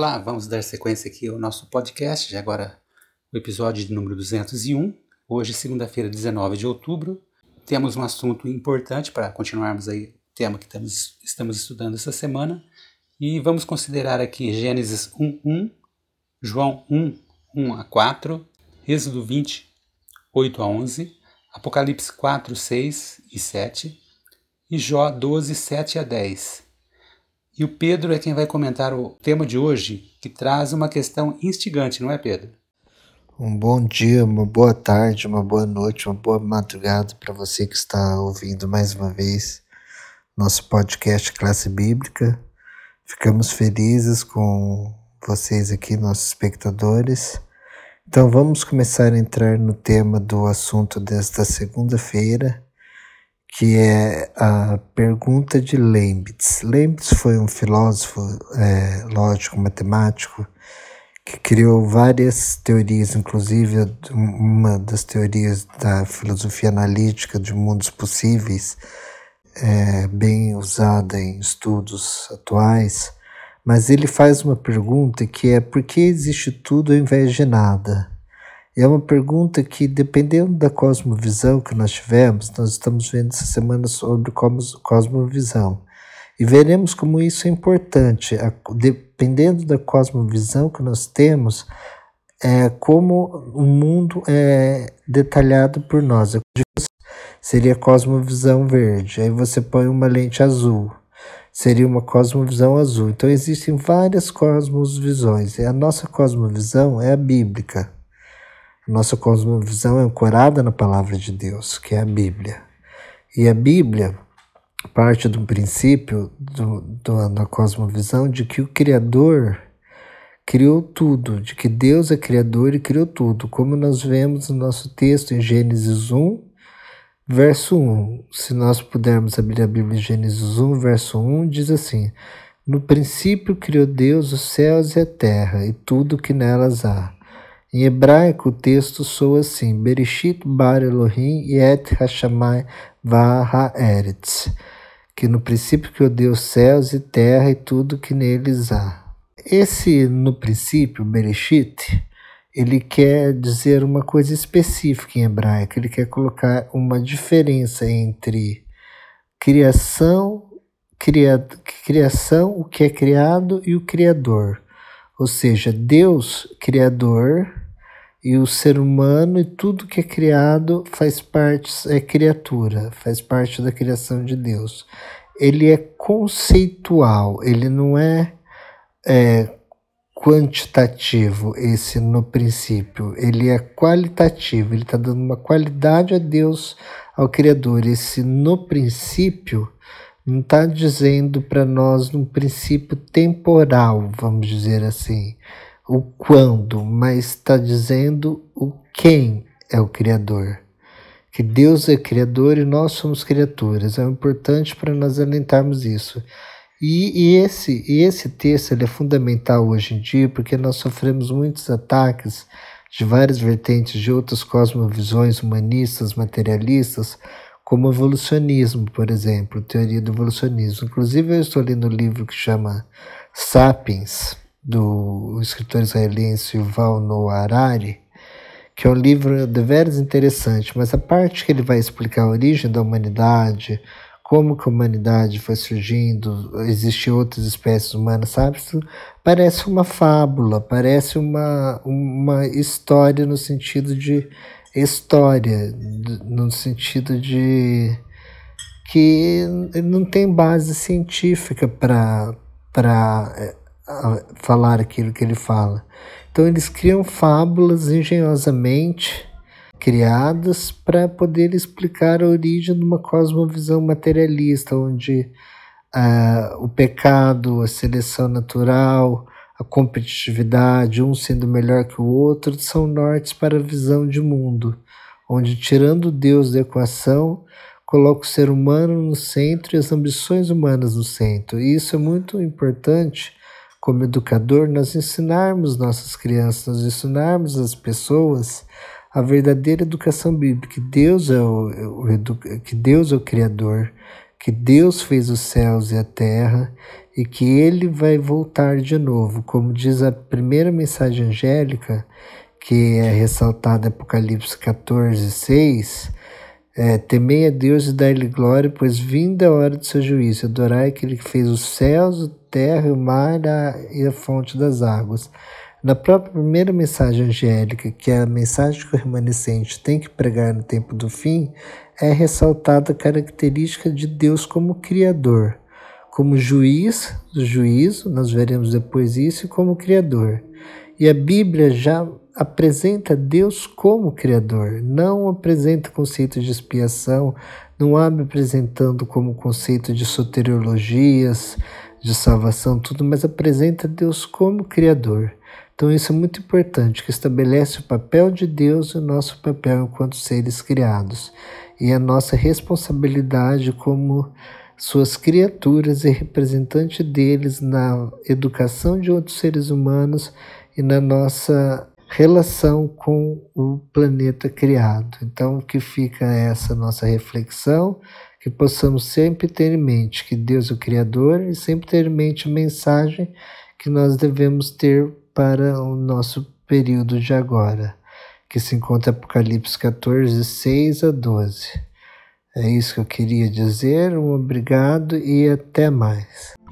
Olá, vamos dar sequência aqui ao nosso podcast, já agora o episódio de número 201. Hoje, segunda-feira, 19 de outubro. Temos um assunto importante para continuarmos aí o tema que estamos estudando essa semana. E vamos considerar aqui Gênesis 1:1, João 1:1-4, Êxodo 20:8-11, Apocalipse 4:6-7 e Jó 12:7-10. E o Pedro é quem vai comentar o tema de hoje, que traz uma questão instigante, não é, Pedro? Um bom dia, uma boa tarde, uma boa noite, uma boa madrugada para você que está ouvindo mais uma vez nosso podcast Classe Bíblica. Ficamos felizes com vocês aqui, nossos espectadores. Então vamos começar a entrar no tema do assunto desta segunda-feira, que é a pergunta de Leibniz. Leibniz foi um filósofo lógico, matemático, que criou várias teorias, inclusive uma das teorias da filosofia analítica de mundos possíveis, bem usada em estudos atuais, mas ele faz uma pergunta que é: por que existe tudo ao invés de nada? É uma pergunta que, dependendo da cosmovisão que nós tivermos, nós estamos vendo essa semana sobre cosmovisão, e veremos como isso é importante, dependendo da cosmovisão que nós temos, como o mundo é detalhado por nós. Seria a cosmovisão verde, aí você põe uma lente azul, seria uma cosmovisão azul. Então existem várias cosmovisões, e a nossa cosmovisão é a bíblica. Nossa cosmovisão é ancorada na palavra de Deus, que é a Bíblia. E a Bíblia parte do princípio da cosmovisão de que o Criador criou tudo, de que Deus é Criador e criou tudo, como nós vemos no nosso texto em Gênesis 1, verso 1. Se nós pudermos abrir a Bíblia em Gênesis 1, verso 1, diz assim: no princípio criou Deus os céus e a terra e tudo que nelas há. Em hebraico, o texto soa assim: Bereshit bar Elohim et hashamai va'aretz, que no princípio criou Deus céus e terra e tudo que neles há. Esse no princípio, Bereshit, ele quer dizer uma coisa específica em hebraico. Ele quer colocar uma diferença entre criação, o que é criado, e o Criador. Ou seja, Deus, Criador, e o ser humano e tudo que é criado faz parte, é criatura, faz parte da criação de Deus. Ele é conceitual, ele não é quantitativo, esse no princípio. Ele é qualitativo, ele está dando uma qualidade a Deus, ao Criador. Esse no princípio não está dizendo para nós um princípio temporal, vamos dizer assim, o quando, mas está dizendo o quem é o Criador. Que Deus é Criador e nós somos criaturas. É importante para nós alentarmos isso. E esse texto ele é fundamental hoje em dia, porque nós sofremos muitos ataques de várias vertentes de outras cosmovisões humanistas, materialistas, como o evolucionismo, por exemplo, teoria do evolucionismo. Inclusive, eu estou lendo um livro que chama Sapiens, do escritor israelense Yuval Noah Harari, que é um livro deveras interessante, mas a parte que ele vai explicar a origem da humanidade, como que a humanidade foi surgindo, existem outras espécies humanas, sabe? Isso parece uma fábula, parece uma história no sentido de história, no sentido de que não tem base científica para falar aquilo que ele fala. Então eles criam fábulas engenhosamente criadas para poder explicar a origem de uma cosmovisão materialista, onde o pecado, a seleção natural, a competitividade, um sendo melhor que o outro, são nortes para a visão de mundo, onde, tirando Deus da equação, coloca o ser humano no centro e as ambições humanas no centro. E isso é muito importante, como educador, nós ensinarmos nossas crianças, nós ensinarmos as pessoas a verdadeira educação bíblica, que Deus é o Criador, que Deus fez os céus e a terra, e que ele vai voltar de novo, como diz a primeira mensagem angélica, que é ressaltada em Apocalipse 14, 6, temei a Deus e dar-lhe glória, pois vinda a hora do seu juízo, adorai aquele que fez os céus, a terra, o mar e a fonte das águas. Na própria primeira mensagem angélica, que é a mensagem que o remanescente tem que pregar no tempo do fim, é ressaltada a característica de Deus como Criador, como juiz do juízo, nós veremos depois isso, e como Criador. E a Bíblia já apresenta Deus como Criador, não apresenta conceito de expiação, não abre apresentando como conceito de soteriologias, de salvação, tudo, mas apresenta Deus como Criador. Então isso é muito importante, que estabelece o papel de Deus e o nosso papel enquanto seres criados, e a nossa responsabilidade como suas criaturas e representante deles na educação de outros seres humanos e na nossa relação com o planeta criado. Então, que fica essa nossa reflexão, que possamos sempre ter em mente que Deus é o Criador e sempre ter em mente a mensagem que nós devemos ter para o nosso período de agora, que se encontra em Apocalipse 14, 6 a 12. É isso que eu queria dizer, um obrigado e até mais.